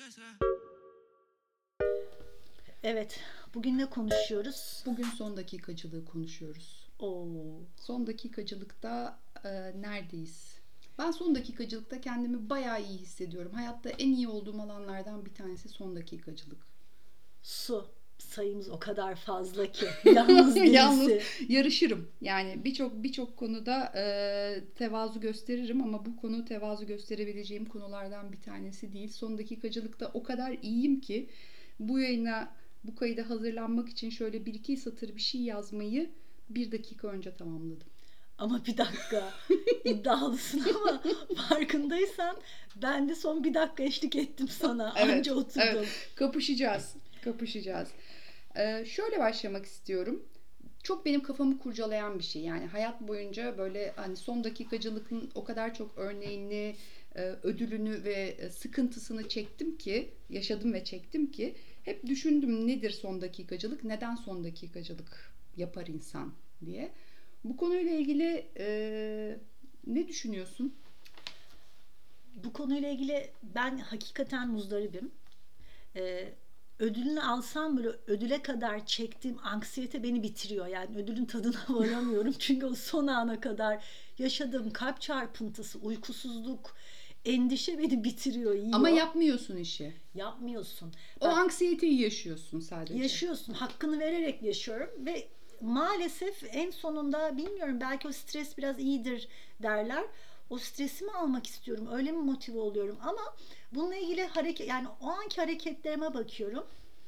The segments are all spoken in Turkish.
Evet, bugün ne konuşuyoruz? Bugün son dakikacılığı konuşuyoruz. Oo, Son dakikacılıkta neredeyiz? Ben son dakikacılıkta kendimi bayağı iyi hissediyorum. Hayatta en iyi olduğum alanlardan bir tanesi son dakikacılık. su. Sayımız o kadar fazla ki. Yalnız Yalnız birisi. yarışırım. Yani birçok konuda tevazu gösteririm ama bu konu tevazu gösterebileceğim konulardan bir tanesi değil. Son dakikacılıkta o kadar iyiyim ki bu yayına, bu kayıda hazırlanmak için şöyle bir iki satır bir şey yazmayı bir dakika önce tamamladım. Ama bir dakika. İddialısın ama farkındaysan ben de son bir dakika eşlik ettim sana. Evet, Anca oturdum. evet. Kapışacağız. Şöyle başlamak istiyorum. Çok benim kafamı kurcalayan bir şey. Yani hayat boyunca böyle hani son dakikacılığın o kadar çok örneğini, ödülünü ve sıkıntısını çektim ki, yaşadım ve çektim ki hep düşündüm nedir son dakikacılık, neden son dakikacılık yapar insan diye. Bu konuyla ilgili ne düşünüyorsun? Bu konuyla ilgili ben hakikaten muzdaribim. Ee, Ödülünü alsam böyle ödüle kadar çektiğim anksiyete beni bitiriyor. Yani ödülün tadına varamıyorum. Çünkü o son ana kadar yaşadığım kalp çarpıntısı, uykusuzluk, endişe beni bitiriyor, Ama yiyor. yapmıyorsun işi. Yapmıyorsun. O Bak, anksiyeteyi yaşıyorsun sadece. yaşıyorsun. Hakkını vererek yaşıyorum ve maalesef en sonunda bilmiyorum belki o stres biraz iyidir derler. O stresimi almak istiyorum. Öyle mi motive oluyorum? Ama bununla ilgili hareket yani o anki hareketlerime bakıyorum.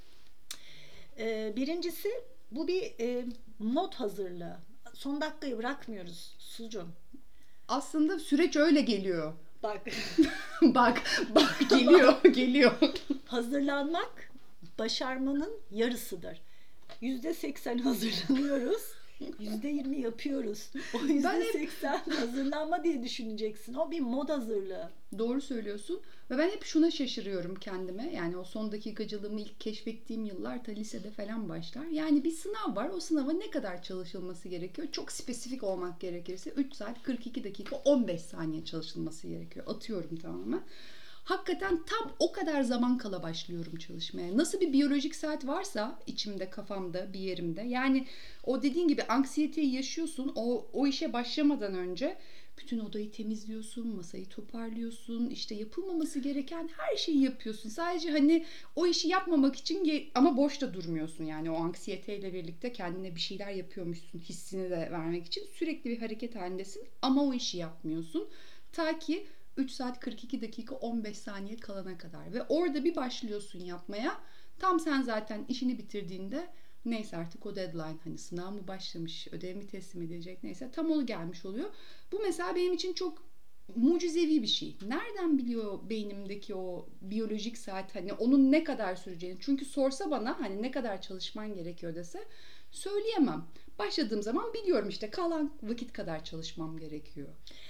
Birincisi bu bir not hazırlığı. Son dakikayı bırakmıyoruz Sucum. Aslında süreç öyle geliyor. Bak Bak geliyor. hazırlanmak başarmanın yarısıdır. %80 hazırlanıyoruz. %20 yapıyoruz. O %80 hazırlanma diye düşüneceksin. O bir mod hazırlığı. Doğru söylüyorsun. Ve ben hep şuna şaşırıyorum kendime. Yani o son dakikacılığımı ilk keşfettiğim yıllar ta lisede falan başlar. Yani bir sınav var. O sınava ne kadar çalışılması gerekiyor? Çok spesifik olmak gerekirse 3 saat 42 dakika 15 saniye çalışılması gerekiyor. Atıyorum tamamen. Hakikaten tam o kadar zaman kala başlıyorum çalışmaya. Nasıl bir biyolojik saat varsa içimde, kafamda, bir yerimde. Yani o dediğin gibi anksiyeteyi yaşıyorsun. O işe başlamadan önce bütün odayı temizliyorsun, masayı toparlıyorsun, işte yapılmaması gereken her şeyi yapıyorsun. Sadece hani o işi yapmamak için ama boş da durmuyorsun. Yani o anksiyeteyle birlikte kendine bir şeyler yapıyormuşsun hissini de vermek için sürekli bir hareket halindesin ama o işi yapmıyorsun. Ta ki 3 saat 42 dakika 15 saniye kalana kadar ve orada bir başlıyorsun yapmaya. Tam sen zaten işini bitirdiğinde neyse artık o deadline hani sınav mı başlamış, ödev mi teslim edilecek neyse tam onu gelmiş oluyor. Bu mesela benim için çok mucizevi bir şey. Nereden biliyor beynimdeki o biyolojik saat hani onun ne kadar süreceğini? Çünkü sorsa bana hani ne kadar çalışman gerekiyor dese söyleyemem. Başladığım zaman biliyorum işte kalan vakit kadar çalışmam gerekiyor.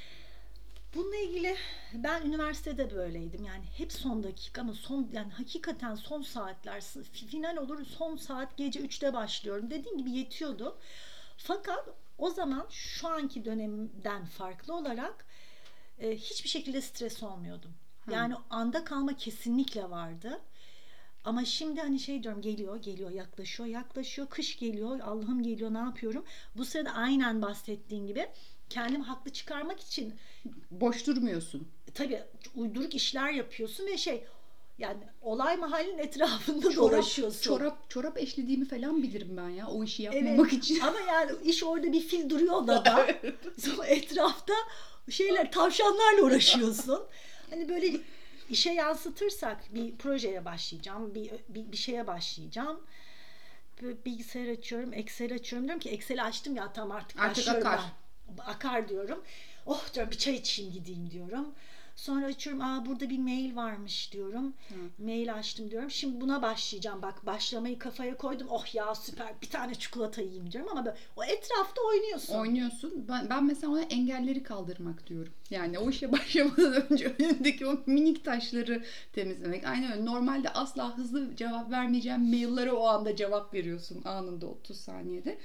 Bununla ilgili ben üniversitede böyleydim. Yani hep son dakika ama son yani hakikaten son saatler final olur son saat gece 3'te başlıyorum. Dediğim gibi yetiyordu. Fakat o zaman şu anki dönemden farklı olarak hiçbir şekilde stres olmuyordum. Yani anda kalma kesinlikle vardı. Ama şimdi hani şey diyorum geliyor yaklaşıyor kış geliyor Allah'ım geliyor ne yapıyorum? Bu sırada aynen bahsettiğin gibi kendimi haklı çıkarmak için Boş durmuyorsun. tabii uyduruk işler yapıyorsun ve yani olay mahallin etrafında Çorap, dolaşıyorsun. çorap eşlediğimi falan bilirim ben ya o işi Evet yapmamak için. ama yani iş orada bir fil duruyor da sonra etrafta tavşanlarla uğraşıyorsun. Hani böyle işe yansıtırsak bir projeye başlayacağım, bir şeye başlayacağım. Bilgisayar açıyorum, Excel açıyorum. Diyorum ki Excel'i açtım ya tamam artık başlıyorum akar. ben. Akar diyorum. Oh diyorum bir çay içeyim gideyim diyorum. Sonra açıyorum burada bir mail varmış diyorum. Mail açtım diyorum. Şimdi buna başlayacağım. Bak başlamayı kafaya koydum. Oh ya süper bir tane çikolata yiyeyim diyorum ama böyle, o etrafta oynuyorsun. Ben mesela ona engelleri kaldırmak diyorum. Yani o işe başlamadan önce önündeki o minik taşları temizlemek. Aynen öyle. Normalde asla hızlı cevap vermeyeceğim maillere o anda cevap veriyorsun anında 30 saniyede.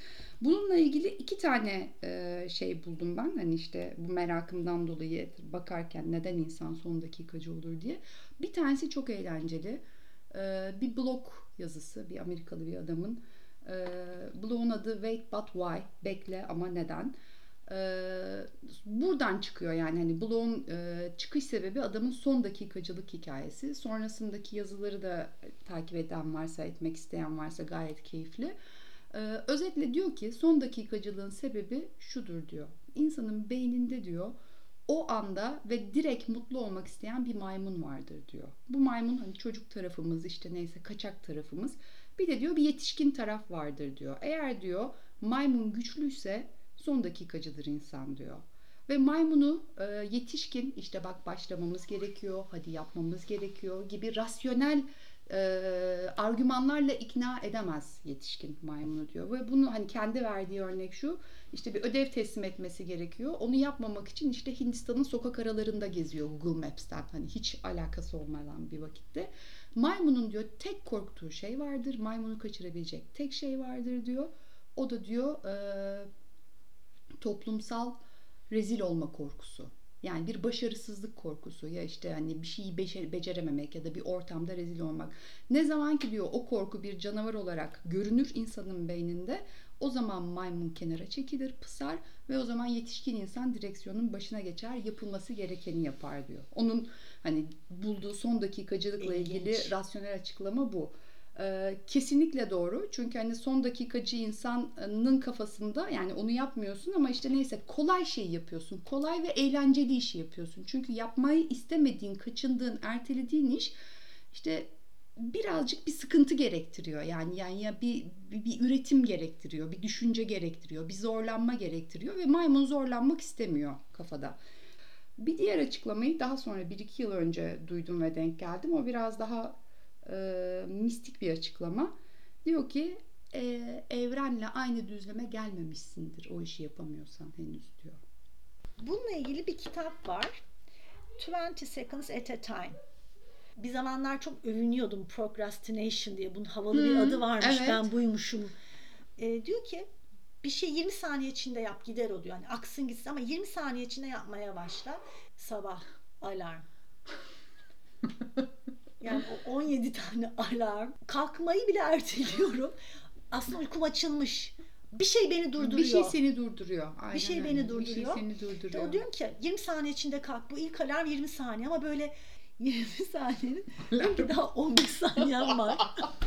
Bununla ilgili 2 tane şey buldum ben. Hani işte bu merakımdan dolayı bakarken neden insan son dakikacı olur diye. Bir tanesi çok eğlenceli. Bir blog yazısı, bir Amerikalı bir adamın. Blog'un adı Wait But Why? Bekle ama neden? Buradan çıkıyor yani hani blog'un çıkış sebebi adamın son dakikacılık hikayesi. Sonrasındaki yazıları da takip eden varsa, etmek isteyen varsa gayet keyifli. Özetle diyor ki son dakikacılığın sebebi şudur diyor. İnsanın beyninde diyor o anda ve direkt mutlu olmak isteyen bir maymun vardır diyor. Bu maymun hani çocuk tarafımız işte neyse kaçak tarafımız. Bir de diyor bir yetişkin taraf vardır diyor. Eğer diyor maymun güçlüyse son dakikacıdır insan diyor. Ve maymunu yetişkin işte bak başlamamız gerekiyor, hadi yapmamız gerekiyor gibi rasyonel argümanlarla ikna edemez yetişkin maymunu diyor. Ve bunu hani kendi verdiği örnek şu, işte bir ödev teslim etmesi gerekiyor. Onu yapmamak için işte Hindistan'ın sokak aralarında geziyor Google Maps'ten hani hiç alakası olmadan bir vakitte. Maymunun diyor tek korktuğu şey vardır, maymunu kaçırabilecek tek şey vardır diyor. O da diyor toplumsal rezil olma korkusu. Yani bir başarısızlık korkusu ya işte hani bir şeyi becerememek ya da bir ortamda rezil olmak. Ne zaman ki diyor o korku bir canavar olarak görünür insanın beyninde o zaman maymun kenara çekilir, pısar ve o zaman yetişkin insan direksiyonun başına geçer, yapılması gerekeni yapar diyor. Onun hani bulduğu son dakikacılıkla ilgili rasyonel açıklama bu. Kesinlikle doğru. Çünkü hani son dakikacı insanın kafasında yani onu yapmıyorsun ama işte neyse kolay şey yapıyorsun. Kolay ve eğlenceli işi yapıyorsun. Çünkü yapmayı istemediğin, kaçındığın, ertelediğin iş işte birazcık bir sıkıntı gerektiriyor. Yani ya bir üretim gerektiriyor, bir düşünce gerektiriyor, bir zorlanma gerektiriyor ve maymun zorlanmak istemiyor kafada. Bir diğer açıklamayı daha sonra 1-2 yıl önce duydum ve denk geldim. O biraz daha mistik bir açıklama. Diyor ki evrenle aynı düzleme gelmemişsindir o işi yapamıyorsan henüz diyor. Bununla ilgili bir kitap var. 20 Seconds at a Time. Bir zamanlar çok övünüyordum procrastination diye. Bunun havalı bir adı varmış. Evet. Ben buymuşum. Diyor ki bir şey 20 saniye içinde yap gider o diyor. Yani aksın gitsin ama 20 saniye içinde yapmaya başla. Sabah alarm. Yani o 17 tane alarm. Kalkmayı bile erteliyorum. Aslında uykum açılmış. Bir şey beni durduruyor. Bir şey seni durduruyor. Aynen bir şey öyle. beni durduruyor. Bir şey seni durduruyor. O diyorum ki 20 saniye içinde kalk. Bu ilk alarm 20 saniye ama böyle 20 saniyenin belki daha 11 saniyem var.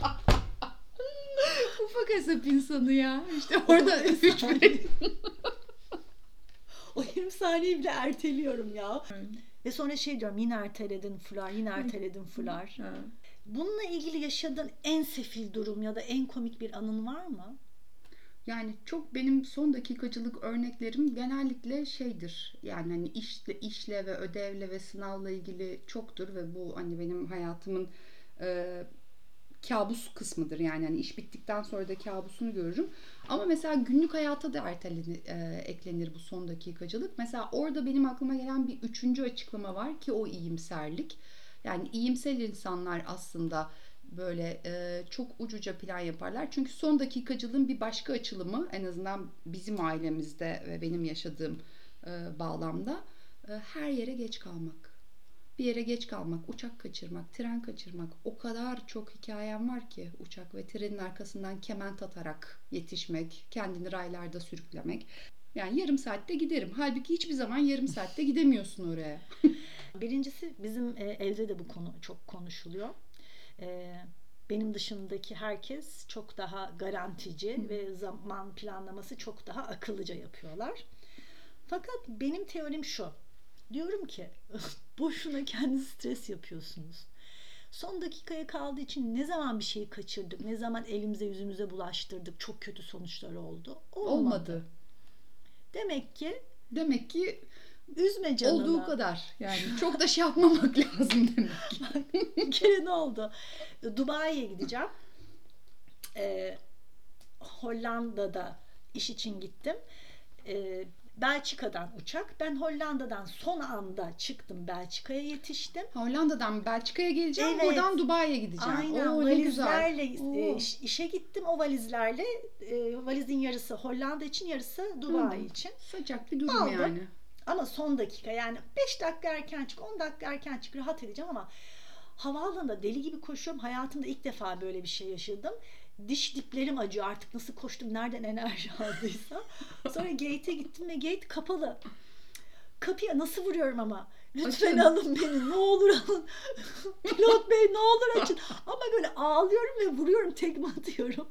Ufak hesap insanı ya. İşte orada 3 O 20 saniyeyi bile erteliyorum ya. Ve sonra şey diyorum yine erteledin Fular, yine erteledin Fular. Bununla ilgili yaşadığın en sefil durum ya da en komik bir anın var mı? Yani çok benim son dakikacılık örneklerim genellikle şeydir. Yani hani işle ve ödevle ve sınavla ilgili çoktur ve bu hani benim hayatımın kabus kısmıdır. Yani hani iş bittikten sonra da kabusunu görürüm. Ama mesela günlük hayata da eklenir bu son dakikacılık. Mesela orada benim aklıma gelen bir 3. açıklama var ki o iyimserlik. Yani iyimser insanlar aslında böyle çok ucuca plan yaparlar. Çünkü son dakikacılığın bir başka açılımı en azından bizim ailemizde ve benim yaşadığım bağlamda her yere geç kalmak. Bir yere geç kalmak, uçak kaçırmak, tren kaçırmak. O kadar çok hikayem var ki uçak ve trenin arkasından kement atarak yetişmek, kendini raylarda sürüklemek. Yani yarım saatte giderim. Halbuki hiçbir zaman yarım saatte gidemiyorsun oraya. Birincisi bizim evde de bu konu çok konuşuluyor. Benim dışındaki herkes çok daha garantici ve zaman planlaması çok daha akıllıca yapıyorlar. Fakat benim teorim şu. Diyorum ki boşuna kendi stres yapıyorsunuz. Son dakikaya kaldığı için ne zaman bir şeyi kaçırdık, ne zaman elimize yüzümüze bulaştırdık, çok kötü sonuçlar oldu. Olmadı. Demek ki üzme canını. Olduğu kadar. Yani çok da şey yapmamak lazım demek ki. Bir kere ne oldu? Dubai'ye gideceğim. Hollanda'da iş için gittim. Belçika'dan uçak. Ben Hollanda'dan son anda çıktım. Belçika'ya yetiştim. Hollanda'dan Belçika'ya geleceğim. Evet. Buradan Dubai'ye gideceğim. Aynen, Oo, ne güzel. valizlerle Oo. işe gittim. O valizlerle valizin yarısı Hollanda için, yarısı Dubai için. Sıcak bir durum Aldım. yani. Ama son dakika, yani 5 dakika erken çık, 10 dakika erken çık, rahat edeceğim ama havaalanında deli gibi koşuyorum. Hayatımda ilk defa böyle bir şey yaşadım. Diş diplerim acıyor artık, nasıl koştum, nereden enerji aldıysa. Sonra gate'e gittim ve gate kapalı. Kapıya nasıl vuruyorum ama. Lütfen Açın. alın beni, ne olur alın. Pilot bey, ne olur açın. Ama böyle ağlıyorum ve vuruyorum, tekme atıyorum.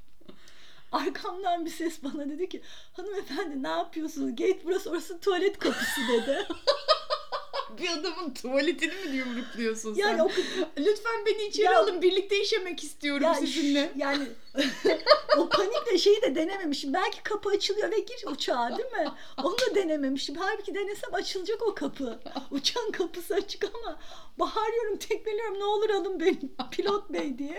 Arkamdan bir ses bana dedi ki, hanımefendi ne yapıyorsunuz? Gate burası, orası tuvalet kapısı dedi. Bir adamın tuvaletini mi yumrukluyorsun sen? Yani o Lütfen beni içeri Ya- alın. Birlikte işemek istiyorum ya sizinle. yani o panikle şeyi de denememişim. Belki kapı açılıyor ve gir uçağa, değil mi? Onu da denememişim. Halbuki denesem açılacak o kapı. Uçağın kapısı açık ama bağırıyorum, tekmeliyorum, ne olur alın beni pilot bey diye.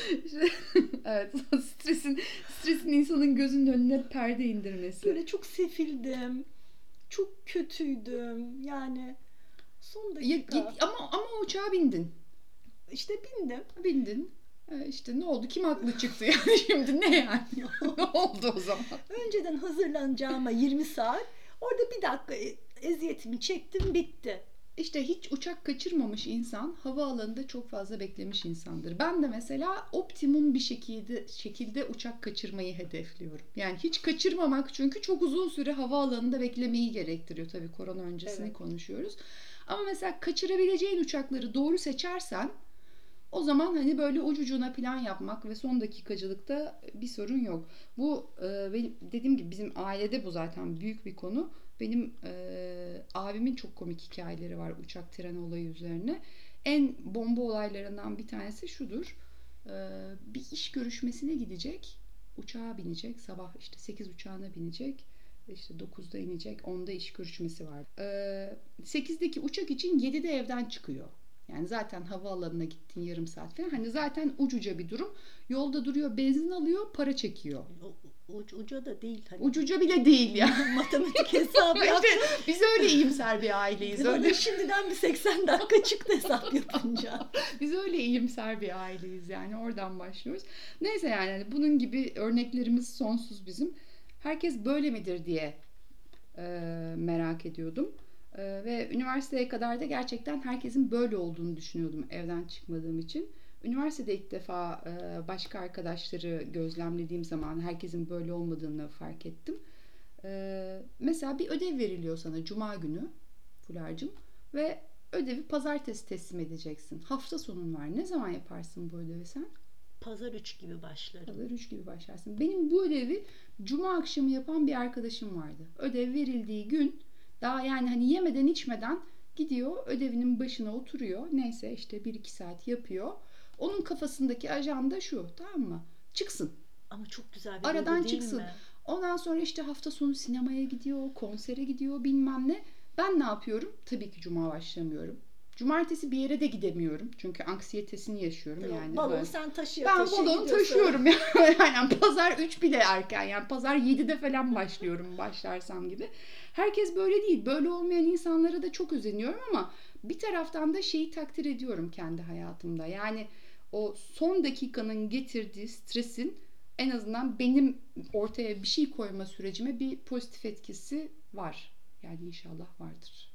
Evet, stresin insanın gözünün önüne perde indirmesi. Böyle çok sefildim. Çok kötüydüm. Yani son dakika. Ama o uçağa bindin. İşte bindim. Bindin. İşte ne oldu? Kim haklı çıktı yani şimdi, ne yani? Ne oldu o zaman? Önceden hazırlanacağıma 20 saat. Orada bir dakika eziyetimi çektim, bitti. İşte hiç uçak kaçırmamış insan havaalanında çok fazla beklemiş insandır. Ben de mesela optimum bir şekilde uçak kaçırmayı hedefliyorum. Yani hiç kaçırmamak, çünkü çok uzun süre havaalanında beklemeyi gerektiriyor. Tabii korona öncesini Evet. konuşuyoruz. Ama mesela kaçırabileceğin uçakları doğru seçersen, o zaman hani böyle ucucuna plan yapmak ve son dakikacılıkta bir sorun yok. Bu dediğim gibi bizim ailede bu zaten büyük bir konu. Benim abimin çok komik hikayeleri var uçak tren olayı üzerine. En bomba olaylarından bir tanesi şudur. Bir iş görüşmesine gidecek. Uçağa binecek. Sabah işte 8 uçağına binecek. İşte 9'da inecek. 10'da iş görüşmesi var. 8'deki uçak için 7'de evden çıkıyor. Yani zaten havaalanına gittin yarım saat falan. Hani zaten ucuca bir durum. Yolda duruyor, benzin alıyor, para çekiyor. Uca da değil. Hani. Ucuca bile değil ya. Matematik hesabı yaptım. İşte biz öyle iyimser bir aileyiz. Öyle şimdiden bir 80 dakika çıktı hesap yapınca. Biz öyle iyimser bir aileyiz yani, oradan başlıyoruz. Neyse yani hani bunun gibi örneklerimiz sonsuz bizim. Herkes böyle midir diye merak ediyordum. Ve üniversiteye kadar da gerçekten herkesin böyle olduğunu düşünüyordum evden çıkmadığım için. Üniversitede ilk defa başka arkadaşları gözlemlediğim zaman herkesin böyle olmadığını fark ettim. Mesela bir ödev veriliyor sana Cuma günü Fular'cığım ve ödevi pazartesi teslim edeceksin. Hafta sonun var. Ne zaman yaparsın bu ödevi sen? Pazar 3 gibi başlarım. Pazar 3 gibi başlarsın. Benim bu ödevi Cuma akşamı yapan bir arkadaşım vardı. Ödev verildiği gün daha yani hani yemeden içmeden gidiyor, ödevinin başına oturuyor. Neyse işte 1-2 saat yapıyor. Onun kafasındaki ajanda şu, tamam mı? Çıksın. Ama çok güzel bir Aradan duygu değil çıksın. mi? Ondan sonra işte hafta sonu sinemaya gidiyor, konsere gidiyor, bilmem ne. Ben ne yapıyorum? Tabii ki Cuma başlamıyorum. Cumartesi bir yere de gidemiyorum. Çünkü anksiyetesini yaşıyorum yani. Balonu böyle. sen taşıyor. Ben balonu taşıyorum yani pazar 3 bile erken, yani pazar 7'de falan başlıyorum başlarsam gibi. Herkes böyle değil. Böyle olmayan insanlara da çok özeniyorum ama bir taraftan da şeyi takdir ediyorum kendi hayatımda. Yani o son dakikanın getirdiği stresin en azından benim ortaya bir şey koyma sürecime bir pozitif etkisi var. Yani inşallah vardır.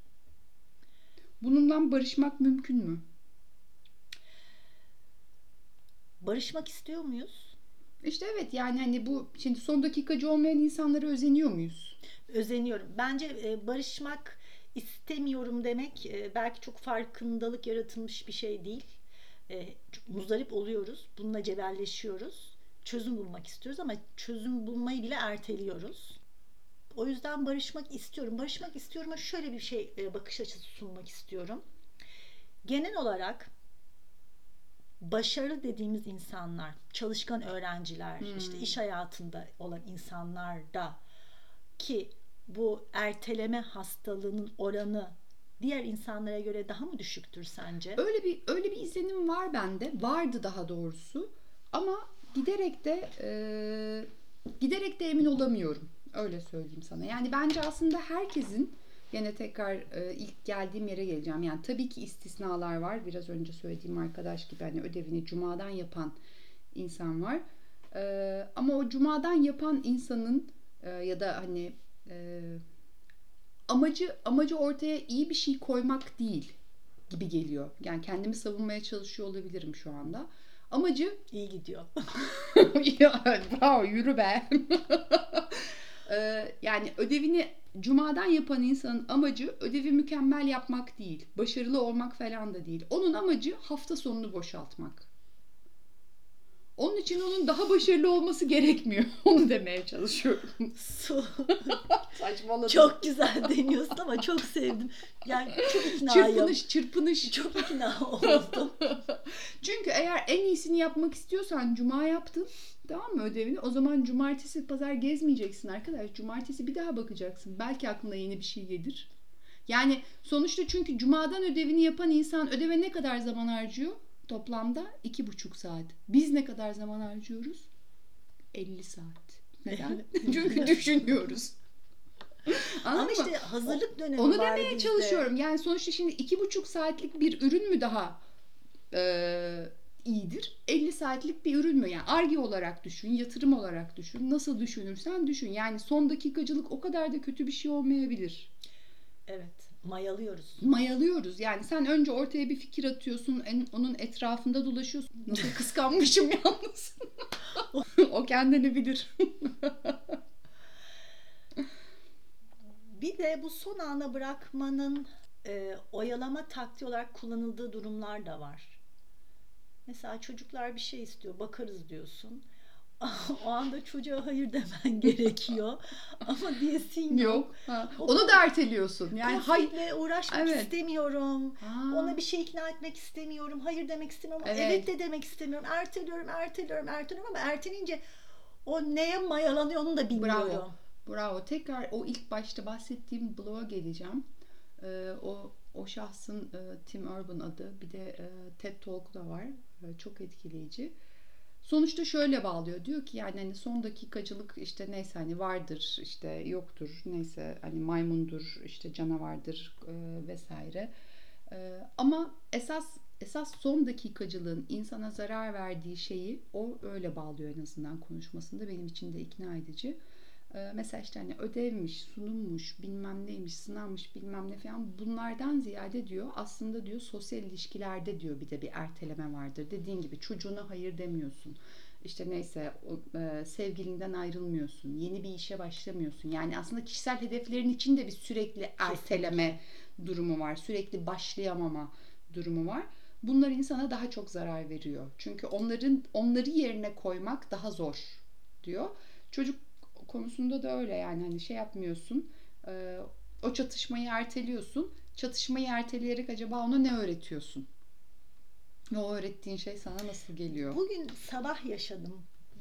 Bununla barışmak mümkün mü? Barışmak istiyor muyuz? İşte evet, yani hani bu şimdi son dakikacı olmayan insanlara özeniyor muyuz? Özeniyorum. Bence barışmak istemiyorum demek belki çok farkındalık yaratılmış bir şey değil. Muzdarip oluyoruz. Bununla cebelleşiyoruz. Çözüm bulmak istiyoruz ama çözüm bulmayı bile erteliyoruz. O yüzden barışmak istiyorum. Barışmak istiyorum ama şöyle bir şey, bakış açısı sunmak istiyorum. Genel olarak başarılı dediğimiz insanlar, çalışkan öğrenciler, işte iş hayatında olan insanlar da ki bu erteleme hastalığının oranı diğer insanlara göre daha mı düşüktür sence? Öyle bir izlenim var bende. Vardı daha doğrusu. Ama giderek de emin olamıyorum. Öyle söyleyeyim sana. Yani bence aslında herkesin, gene tekrar ilk geldiğim yere geleceğim. Yani tabii ki istisnalar var. Biraz önce söylediğim arkadaş gibi hani ödevini cumadan yapan insan var. Ama o cumadan yapan insanın ya da hani amacı ortaya iyi bir şey koymak değil gibi geliyor. Yani kendimi savunmaya çalışıyor olabilirim şu anda. Amacı İyi gidiyor. ya, bravo, yürü be. Yani ödevini cumadan yapan insanın amacı ödevi mükemmel yapmak değil. Başarılı olmak falan da değil. Onun amacı hafta sonunu boşaltmak. Onun için onun daha başarılı olması gerekmiyor. Onu demeye çalışıyorum. Su. Saçmaladım. Çok güzel deniyorsun ama çok sevdim. Yani çok iknayım. Çırpınış. Çok ikna oldum. Çünkü eğer en iyisini yapmak istiyorsan cuma yaptın. Tamam mı ödevini? O zaman cumartesi pazar gezmeyeceksin arkadaş. Cumartesi bir daha bakacaksın. Belki aklına yeni bir şey gelir. Yani sonuçta çünkü cumadan ödevini yapan insan ödeve ne kadar zaman harcıyor? Toplamda 2,5 saat. Biz ne kadar zaman harcıyoruz? 50 saat. Neden? Çünkü düşünüyoruz. Ama işte hazırlık dönemi onu var demeye bizde. çalışıyorum. Yani sonuçta şimdi 2,5 saatlik bir ürün mü daha iyidir? 50 saatlik bir ürün mü? Yani Ar-Ge olarak düşün, yatırım olarak düşün. Nasıl düşünürsen düşün. Yani son dakikacılık o kadar da kötü bir şey olmayabilir. Evet, mayalıyoruz. Mayalıyoruz. Yani sen önce ortaya bir fikir atıyorsun, onun etrafında dolaşıyorsun. Nasıl kıskanmışım yalnız. O kendini bilir. Bir de bu son ana bırakmanın oyalama taktiği olarak kullanıldığı durumlar da var. Mesela çocuklar bir şey istiyor, bakarız diyorsun. O anda çocuğa hayır demen gerekiyor. Ama diyesin yok. Yok. Ha. O Onu da erteliyorsun. Yani konflikle uğraşmak Evet. istemiyorum. Ha. Ona bir şey ikna etmek istemiyorum. Hayır demek istemiyorum. Evet. Evet de demek istemiyorum. Erteliyorum ama ertelince o neye mayalanıyor onu da bilmiyorum. Bravo. Tekrar o ilk başta bahsettiğim bloğa geleceğim. O şahsın Tim Urban adı. Bir de TED Talk da var. Çok etkileyici. Sonuçta şöyle bağlıyor. Diyor ki yani hani son dakikacılık işte neyse hani vardır işte yoktur neyse hani maymundur işte canavardır vesaire. Ama esas son dakikacılığın insana zarar verdiği şeyi o öyle bağlıyor en azından konuşmasında. Benim için de ikna edici. Mesela işte hani ödevmiş, sunummuş, bilmem neymiş, sınavmış, bilmem ne falan bunlardan ziyade diyor aslında diyor sosyal ilişkilerde diyor bir de bir erteleme vardır. Dediğin gibi çocuğuna hayır demiyorsun. İşte neyse sevgilinden ayrılmıyorsun. Yeni bir işe başlamıyorsun. Yani aslında kişisel hedeflerin içinde bir sürekli erteleme durumu var. Sürekli başlayamama durumu var. Bunlar insana daha çok zarar veriyor. Çünkü onları yerine koymak daha zor diyor. Çocuk konusunda da öyle yani hani şey yapmıyorsun. O çatışmayı erteliyorsun. Çatışmayı erteleyerek acaba ona ne öğretiyorsun? Ve o öğrettiğin şey sana nasıl geliyor? Bugün sabah yaşadım.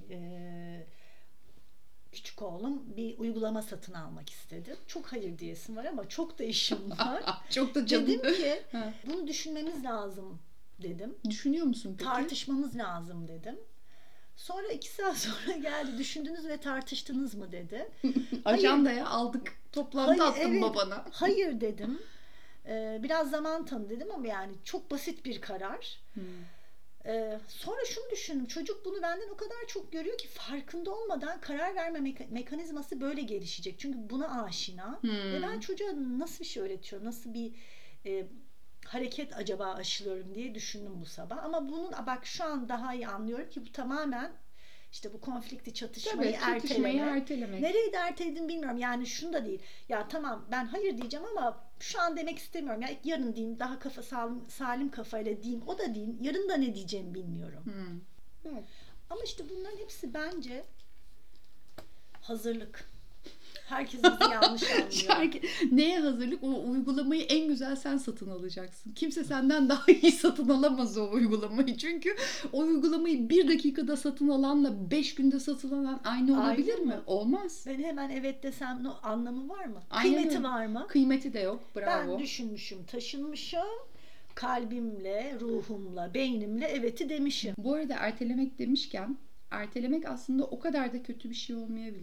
Küçük oğlum bir uygulama satın almak istedi. Çok hayır diyesim var ama çok da işim var. Çok da canım. Dedim ki bunu düşünmemiz lazım dedim. Düşünüyor musun peki? Tartışmamız lazım dedim. Sonra 2 saat sonra geldi. Düşündünüz ve tartıştınız mı dedi. Ajandaya aldık. Toplantı attım evet, babana. Hayır dedim. Biraz zaman tanı dedim ama yani çok basit bir karar. Sonra şunu düşündüm. Çocuk bunu benden o kadar çok görüyor ki farkında olmadan karar verme mekanizması böyle gelişecek. Çünkü buna aşina. Ve ben çocuğa nasıl bir şey öğretiyorum? Nasıl bir hareket acaba aşılıyorum diye düşündüm bu sabah. Ama bunun bak şu an daha iyi anlıyorum ki bu tamamen işte bu konflikti, çatışmayı ertelemek. Nereyi de erteledim bilmiyorum. Yani şunu da değil. Ya tamam ben hayır diyeceğim ama şu an demek istemiyorum. Ya yarın diyeyim daha salim kafayla diyeyim. O da diyeyim. Yarın da ne diyeceğimi bilmiyorum. Evet. Ama işte bunların hepsi bence hazırlık. Herkes bizi yanlış anlıyor. Neye hazırlık? O uygulamayı en güzel sen satın alacaksın. Kimse senden daha iyi satın alamaz o uygulamayı. Çünkü o uygulamayı 1 dakikada satın alanla 5 günde satın alan aynı olabilir mi? Olmaz. Ben hemen evet desem anlamı var mı? Aynen Kıymeti öyle. var mı? Kıymeti de yok. Bravo. Ben düşünmüşüm, taşınmışım. Kalbimle, ruhumla, beynimle evet'i demişim. Bu arada ertelemek demişken ertelemek aslında o kadar da kötü bir şey olmayabilir.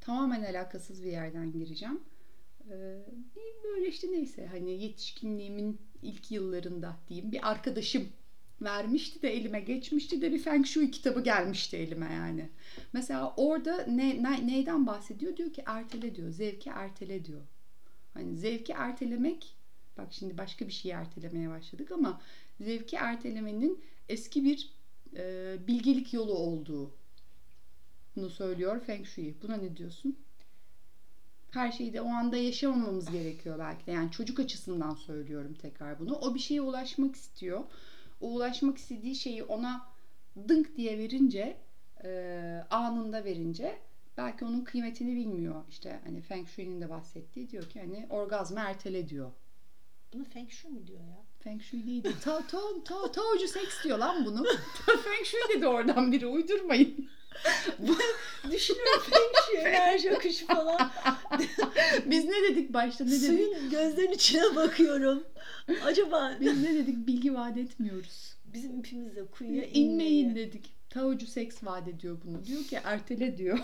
tamamen alakasız bir yerden gireceğim. Bir böyle işte neyse hani yetişkinliğimin ilk yıllarında diyeyim bir arkadaşım vermişti de elime geçmişti de bir Feng Shui kitabı gelmişti elime yani. Mesela orada neyden bahsediyor? Diyor ki ertele diyor. Zevki ertele diyor. Hani zevki ertelemek, bak şimdi başka bir şeyi ertelemeye başladık ama zevki ertelemenin eski bir bilgelik yolu olduğunu söylüyor Feng Shui. Buna ne diyorsun? Her şeyi de o anda yaşamamamız gerekiyor belki de. Yani çocuk açısından söylüyorum tekrar bunu. O bir şeye ulaşmak istiyor. O ulaşmak istediği şeyi ona dınk diye verince, anında verince belki onun kıymetini bilmiyor. İşte hani Feng Shui'nin de bahsettiği diyor ki hani orgazmı ertele diyor. Bunu Feng Shui mi diyor ya? Feng Shui değil de Taocu seks diyor lan bunu. Feng Shui dedi oradan biri, uydurmayın. Düşünüyorum Feng Shui, enerji akışı falan. Biz ne dedik başta, ne dedik? Suyun gözlerinin içine bakıyorum. Acaba Biz ne dedik? Bilgi vaat etmiyoruz. bizim ipimiz de kuyuya İnmeyin dedik. Taocu seks vaat ediyor bunu. Diyor ki ertele diyor.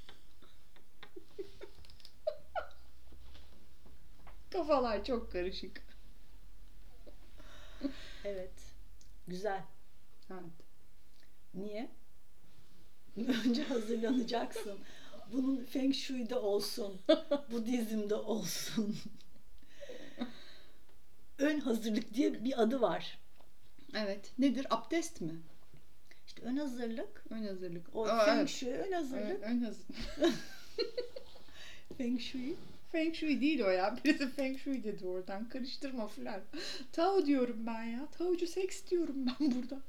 Kafalar çok karışık. Evet. Güzel. Evet. Niye? Önce hazırlanacaksın. Bunun Feng Shui'de olsun. Budizm'de olsun. Ön hazırlık diye bir adı var. Evet. Nedir? Abdest mi? İşte ön hazırlık. Ön hazırlık. O Aa, Feng evet. Shui ön hazırlık. Ön hazırlık. Feng Shui. Feng Shui değil o ya. Birisi Feng Shui dedi oradan. Karıştırma falan. Tao diyorum ben ya. Taocu seks diyorum ben burada.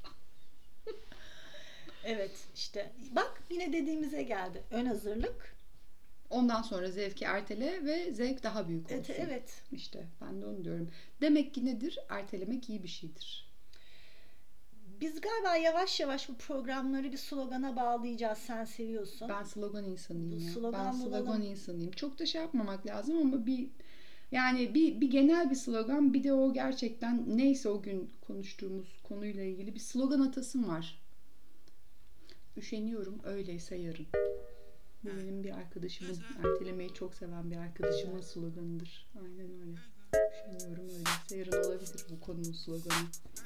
Evet işte bak yine dediğimize geldi. Ön hazırlık. Ondan sonra zevki ertele ve zevk daha büyük olsun. Evet, evet. İşte ben de onu diyorum. Demek ki nedir? Ertelemek iyi bir şeydir. Biz galiba yavaş yavaş bu programları bir slogana bağlayacağız. Sen seviyorsun. Ben slogan insanıyım Bu ya. slogan Ben slogan bulalım. insanıyım. Çok da şey yapmamak lazım ama bir genel bir slogan, bir de o gerçekten neyse o gün konuştuğumuz konuyla ilgili bir slogan atasım var. Üşeniyorum öyleyse yarın. Bu benim bir arkadaşımın, ertelemeyi çok seven bir arkadaşımın sloganıdır. Aynen öyle. Üşeniyorum öyleyse yarın olabilir bu konunun sloganı.